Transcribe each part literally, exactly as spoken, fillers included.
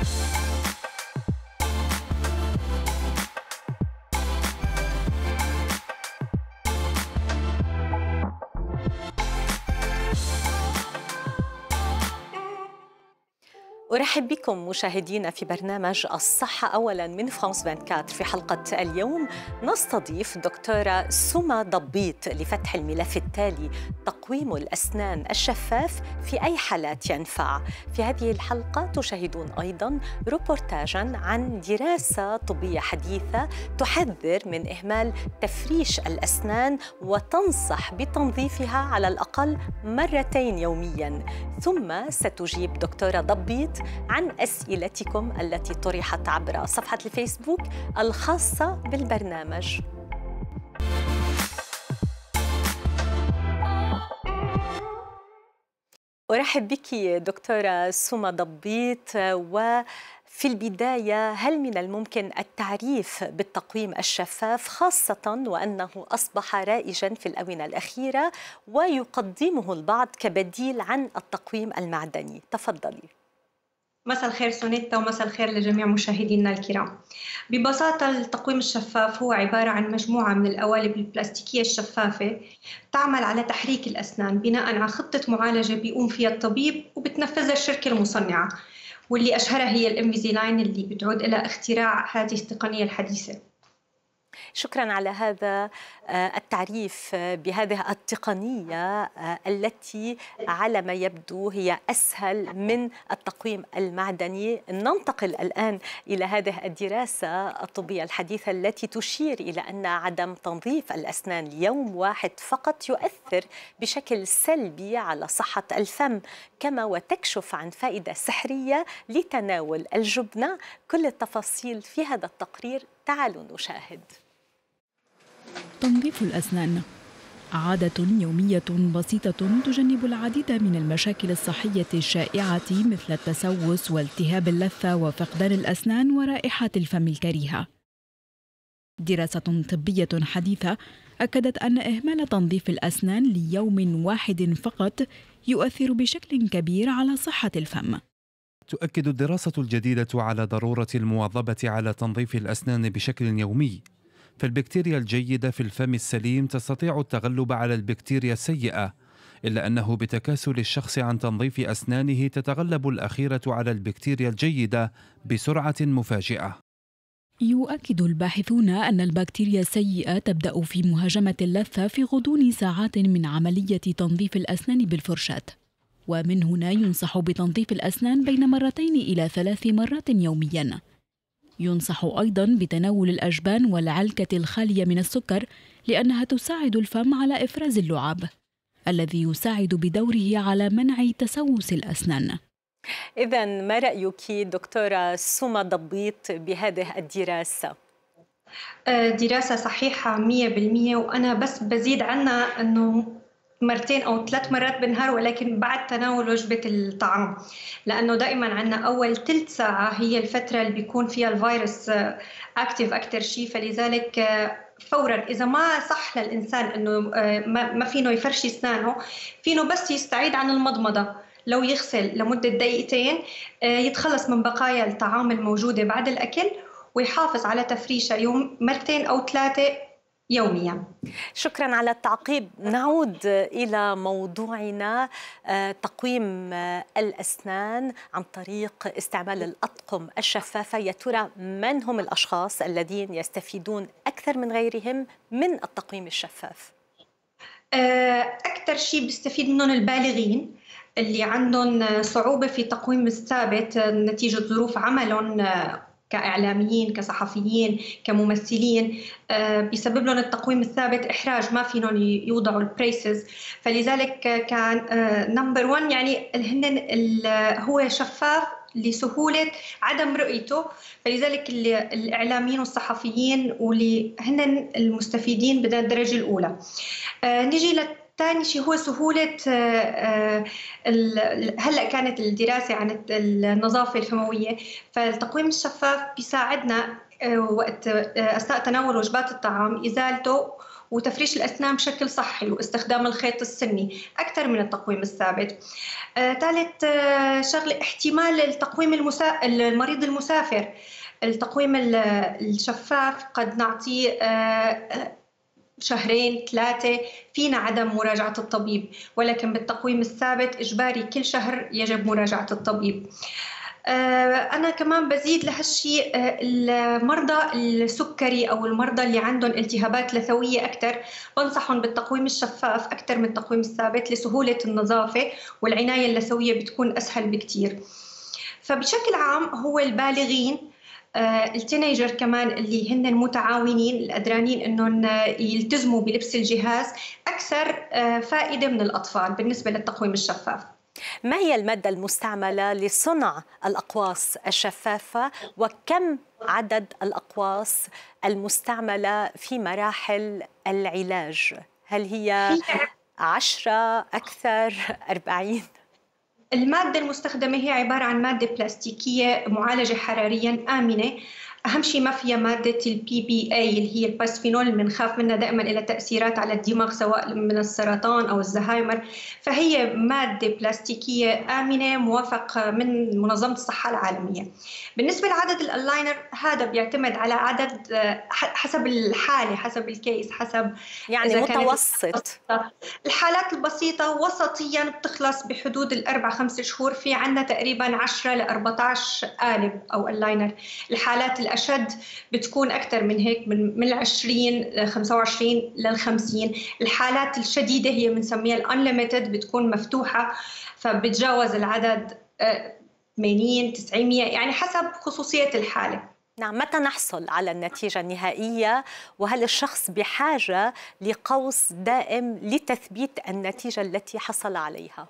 أرحب بكم مشاهدينا في برنامج الصحة أولاً من فرانس أربعة وعشرين. في حلقة اليوم نستضيف دكتورة سما ضبيط لفتح الملف التالي: تقويم الأسنان الشفاف في أي حالات ينفع. في هذه الحلقة تشاهدون أيضاً روبورتاجاً عن دراسة طبية حديثة تحذر من إهمال تفريش الأسنان وتنصح بتنظيفها على الأقل مرتين يومياً. ثم ستجيب دكتورة ضبيط عن أسئلتكم التي طرحت عبر صفحة الفيسبوك الخاصة بالبرنامج. أرحب بك دكتورة سما ضبيط، وفي البداية هل من الممكن التعريف بالتقويم الشفاف، خاصة وأنه أصبح رائجاً في الآونة الأخيرة ويقدمه البعض كبديل عن التقويم المعدني؟ تفضلي. مساء الخير سونيتا، ومساء الخير لجميع مشاهدينا الكرام. ببساطة التقويم الشفاف هو عبارة عن مجموعة من القوالب البلاستيكية الشفافة تعمل على تحريك الأسنان بناء على خطة معالجة بيقوم فيها الطبيب وبتنفذها الشركة المصنعة، واللي أشهرها هي الإنفيزيلاين اللي بتعود إلى اختراع هذه التقنية الحديثة. شكراً على هذا التعريف بهذه التقنية التي على ما يبدو هي أسهل من التقويم المعدني. ننتقل الآن إلى هذه الدراسة الطبية الحديثة التي تشير إلى أن عدم تنظيف الأسنان ليوم واحد فقط يؤثر بشكل سلبي على صحة الفم، كما وتكشف عن فائدة سحرية لتناول الجبنة. كل التفاصيل في هذا التقرير، تعالوا نشاهد. تنظيف الأسنان عادة يومية بسيطة تجنب العديد من المشاكل الصحية الشائعة مثل التسوس والتهاب اللثة وفقدان الأسنان ورائحة الفم الكريهة. دراسة طبية حديثة أكدت أن إهمال تنظيف الأسنان ليوم واحد فقط يؤثر بشكل كبير على صحة الفم. تؤكد الدراسة الجديدة على ضرورة المواظبة على تنظيف الأسنان بشكل يومي، فالبكتيريا الجيدة في الفم السليم تستطيع التغلب على البكتيريا السيئة، إلا أنه بتكاسل الشخص عن تنظيف أسنانه تتغلب الأخيرة على البكتيريا الجيدة بسرعة مفاجئة. يؤكد الباحثون أن البكتيريا السيئة تبدأ في مهاجمة اللثة في غضون ساعات من عملية تنظيف الأسنان بالفرشاة، ومن هنا ينصح بتنظيف الأسنان بين مرتين إلى ثلاث مرات يومياً. ينصح أيضاً بتناول الأجبان والعلكة الخالية من السكر، لأنها تساعد الفم على إفراز اللعاب الذي يساعد بدوره على منع تسوس الأسنان. إذن ما رأيك دكتورة سما ضبيط بهذه الدراسة؟ دراسة صحيحة مية بالمية، وأنا بس بزيد عنها أنه مرتين أو ثلاث مرات بالنهار، ولكن بعد تناول وجبة الطعام، لأنه دائما عندنا أول ثلث ساعة هي الفترة اللي بيكون فيها الفيروس أكتيف أكتر شيء. فلذلك فورا إذا ما صح للإنسان أنه ما فينه يفرش أسنانه، فينه بس يستعيد عن المضمضة، لو يغسل لمدة دقيقتين يتخلص من بقايا الطعام الموجودة بعد الأكل، ويحافظ على تفريشة يوم مرتين أو ثلاثة يوميا. شكرا على التعقيب. نعود إلى موضوعنا، تقويم الأسنان عن طريق استعمال الأطقم الشفافة. يا ترى من هم الأشخاص الذين يستفيدون أكثر من غيرهم من التقويم الشفاف؟ أكثر شيء بيستفيد منهم البالغين اللي عندهم صعوبة في تقويم الثابت نتيجة ظروف عملهم كإعلاميين، كصحفيين، كممثلين، بيسبب لهم التقويم الثابت إحراج، ما فيهم يوضعوا البريسز. فلذلك كان نمبر ون يعني هن هو شفاف لسهولة عدم رؤيته، فلذلك الإعلاميين والصحفيين واللي هن المستفيدين بالدرجة الأولى. نجي ثاني شيء هو سهولة، هلأ كانت الدراسة عن النظافة الفموية، فالتقويم الشفاف بيساعدنا وقت أثناء تناول وجبات الطعام إزالته وتفريش الأسنان بشكل صحي واستخدام الخيط السني أكثر من التقويم الثابت. آه، ثالث آه، شغلة احتمال التقويم المسا... المريض المسافر. التقويم الشفاف قد نعطيه آه، شهرين ثلاثة فينا عدم مراجعة الطبيب، ولكن بالتقويم الثابت إجباري كل شهر يجب مراجعة الطبيب. أنا كمان بزيد لهالشيء المرضى السكري أو المرضى اللي عندهم التهابات لثوية أكثر بنصحهم بالتقويم الشفاف أكثر من التقويم الثابت لسهولة النظافة، والعناية اللثوية بتكون أسهل بكتير. فبشكل عام هو البالغين، التينيجر كمان اللي هن متعاونين القدرانين انهم يلتزموا بلبس الجهاز اكثر فائده من الاطفال بالنسبه للتقويم الشفاف. ما هي الماده المستعمله لصنع الاقواس الشفافه، وكم عدد الاقواس المستعمله في مراحل العلاج؟ هل هي عشرة اكثر أربعين؟ المادة المستخدمة هي عبارة عن مادة بلاستيكية معالجة حرارياً آمنة. أهم شيء ما فيها مادة البي بي اي اللي هي الباسفينول اللي بنخاف منها دائما إلى تأثيرات على الدماغ سواء من السرطان أو الزهايمر. فهي مادة بلاستيكية آمنة موافق من منظمة الصحة العالمية. بالنسبة لعدد الألاينر هذا بيعتمد على عدد حسب الحالة، حسب الكيس، حسب يعني متوسط. الحالات البسيطة وسطيا بتخلص بحدود الأربع خمس شهور، في عندنا تقريبا عشرة ل أربعة عشر قالب أو ألاينر. الحالات الأشد بتكون أكثر من هيك، من من العشرين خمسة وعشرين للخمسين. الحالات الشديدة هي بنسميها الأنليميتد، بتكون مفتوحة فبتجاوز العدد ثمانين تسعمية يعني حسب خصوصية الحالة. نعم، متى نحصل على النتيجة النهائية؟ وهل الشخص بحاجة لقوس دائم لتثبيت النتيجة التي حصل عليها؟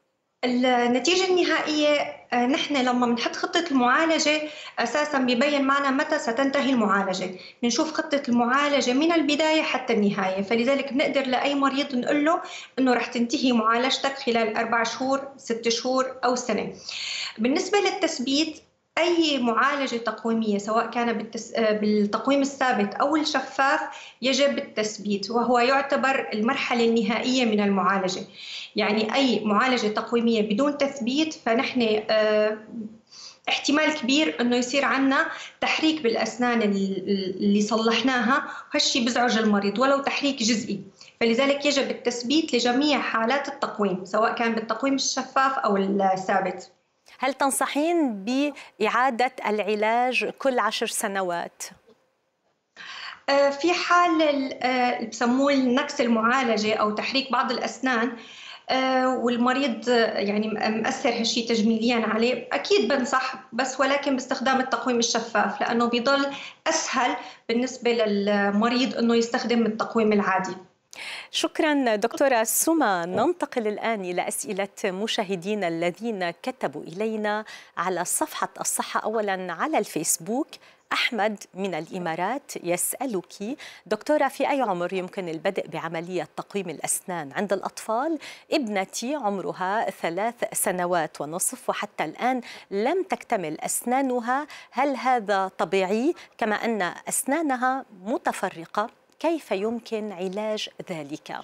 النتيجة النهائية نحن لما بنحط خطة المعالجة أساساً بيبين معنا متى ستنتهي المعالجة، بنشوف خطة المعالجة من البداية حتى النهاية. فلذلك بنقدر لأي مريض نقول له إنه رح تنتهي معالجتك خلال أربع شهور ست شهور أو سنة. بالنسبة للتثبيت، أي معالجة تقويمية سواء كان بالتس... بالتقويم الثابت أو الشفاف يجب التثبيت، وهو يعتبر المرحلة النهائية من المعالجة. يعني أي معالجة تقويمية بدون تثبيت فنحن اه احتمال كبير أنه يصير عنا تحريك بالأسنان اللي صلحناها، وهالشي بزعج المريض ولو تحريك جزئي. فلذلك يجب التثبيت لجميع حالات التقويم سواء كان بالتقويم الشفاف أو الثابت. هل تنصحين بإعادة العلاج كل عشر سنوات؟ في حال اللي بسموه النكس المعالجة أو تحريك بعض الأسنان والمريض يعني مأثر هالشي تجميليا عليه، أكيد بنصح، بس ولكن باستخدام التقويم الشفاف لأنه بيضل أسهل بالنسبة للمريض أنه يستخدم التقويم العادي. شكرا دكتورة سما. ننتقل الآن إلى أسئلة مشاهدينا الذين كتبوا إلينا على صفحة الصحة. أولا على الفيسبوك، أحمد من الإمارات يسألك دكتورة، في أي عمر يمكن البدء بعملية تقويم الأسنان عند الأطفال؟ ابنتي عمرها ثلاث سنوات ونصف وحتى الآن لم تكتمل أسنانها، هل هذا طبيعي؟ كما أن أسنانها متفرقة، كيف يمكن علاج ذلك؟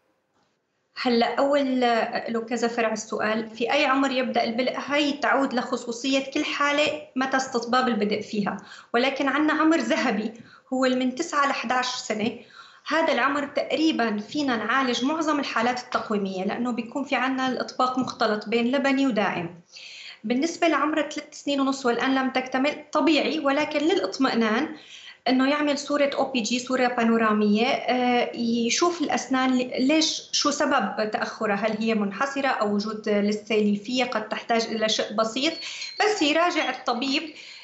هلا أول له كذا فرع السؤال، في أي عمر يبدأ البدء؟ هي تعود لخصوصية كل حالة متى استطباب البدء فيها، ولكن عندنا عمر ذهبي هو من تسعة ل إحدى عشر سنة. هذا العمر تقريبا فينا نعالج معظم الحالات التقويمية لأنه بيكون في عندنا الإطباق مختلط بين لبني ودائم. بالنسبة لعمر ثلاث سنين ونص والآن لم تكتمل، طبيعي، ولكن للإطمئنان انه يعمل صوره او بي جي، صوره بانوراميه، يشوف الاسنان ليش، شو سبب تاخرها، هل هي منحسره او وجود لسه ليفيه قد تحتاج الى شيء بسيط، بس يراجع الطبيب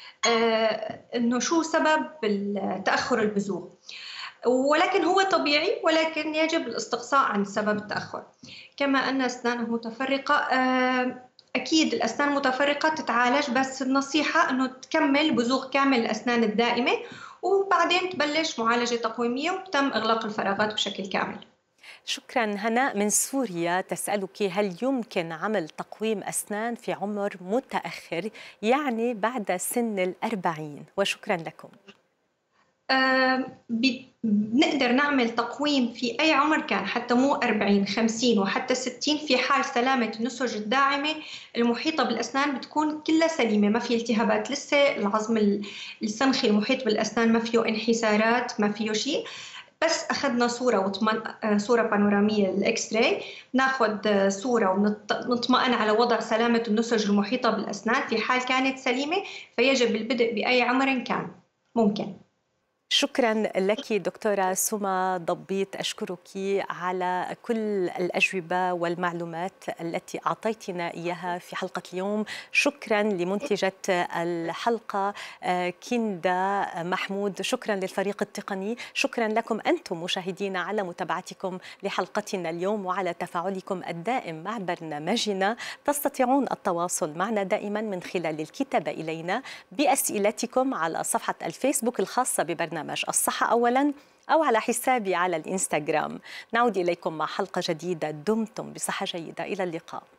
انه شو سبب تاخر البزوغ. ولكن هو طبيعي، ولكن يجب الاستقصاء عن سبب التاخر. كما ان اسنانه متفرقه، أكيد الأسنان متفرقة تتعالج، بس النصيحة أنه تكمل بزوغ كامل الأسنان الدائمة وبعدين تبلش معالجة تقويمية وتم إغلاق الفراغات بشكل كامل. شكرا. هناء من سوريا تسألك، هل يمكن عمل تقويم أسنان في عمر متأخر، يعني بعد سن الأربعين؟ وشكرا لكم. آه بنقدر نعمل تقويم في أي عمر كان، حتى مو أربعين خمسين وحتى ستين، في حال سلامة النسج الداعمة المحيطة بالأسنان بتكون كلها سليمة، ما في التهابات لسه، العظم السمخي المحيط بالأسنان ما فيه انحسارات، ما فيه شيء. بس أخذنا صورة وطمن... صورة بانورامية للإكس راي، ناخذ صورة ونطمئن على وضع سلامة النسج المحيطة بالأسنان في حال كانت سليمة، فيجب البدء بأي عمر كان ممكن. شكرا لك دكتورة سما ضبيط، أشكرك على كل الأجوبة والمعلومات التي أعطيتنا إياها في حلقة اليوم. شكرا لمنتجة الحلقة كندا محمود، شكرا للفريق التقني، شكرا لكم أنتم مشاهدينا على متابعتكم لحلقتنا اليوم وعلى تفاعلكم الدائم مع برنامجنا. تستطيعون التواصل معنا دائما من خلال الكتابة إلينا بأسئلتكم على صفحة الفيسبوك الخاصة ببرنامج الصحة أولاً أو على حسابي على الإنستغرام. نعود إليكم مع حلقة جديدة. دمتم بصحة جيدة، إلى اللقاء.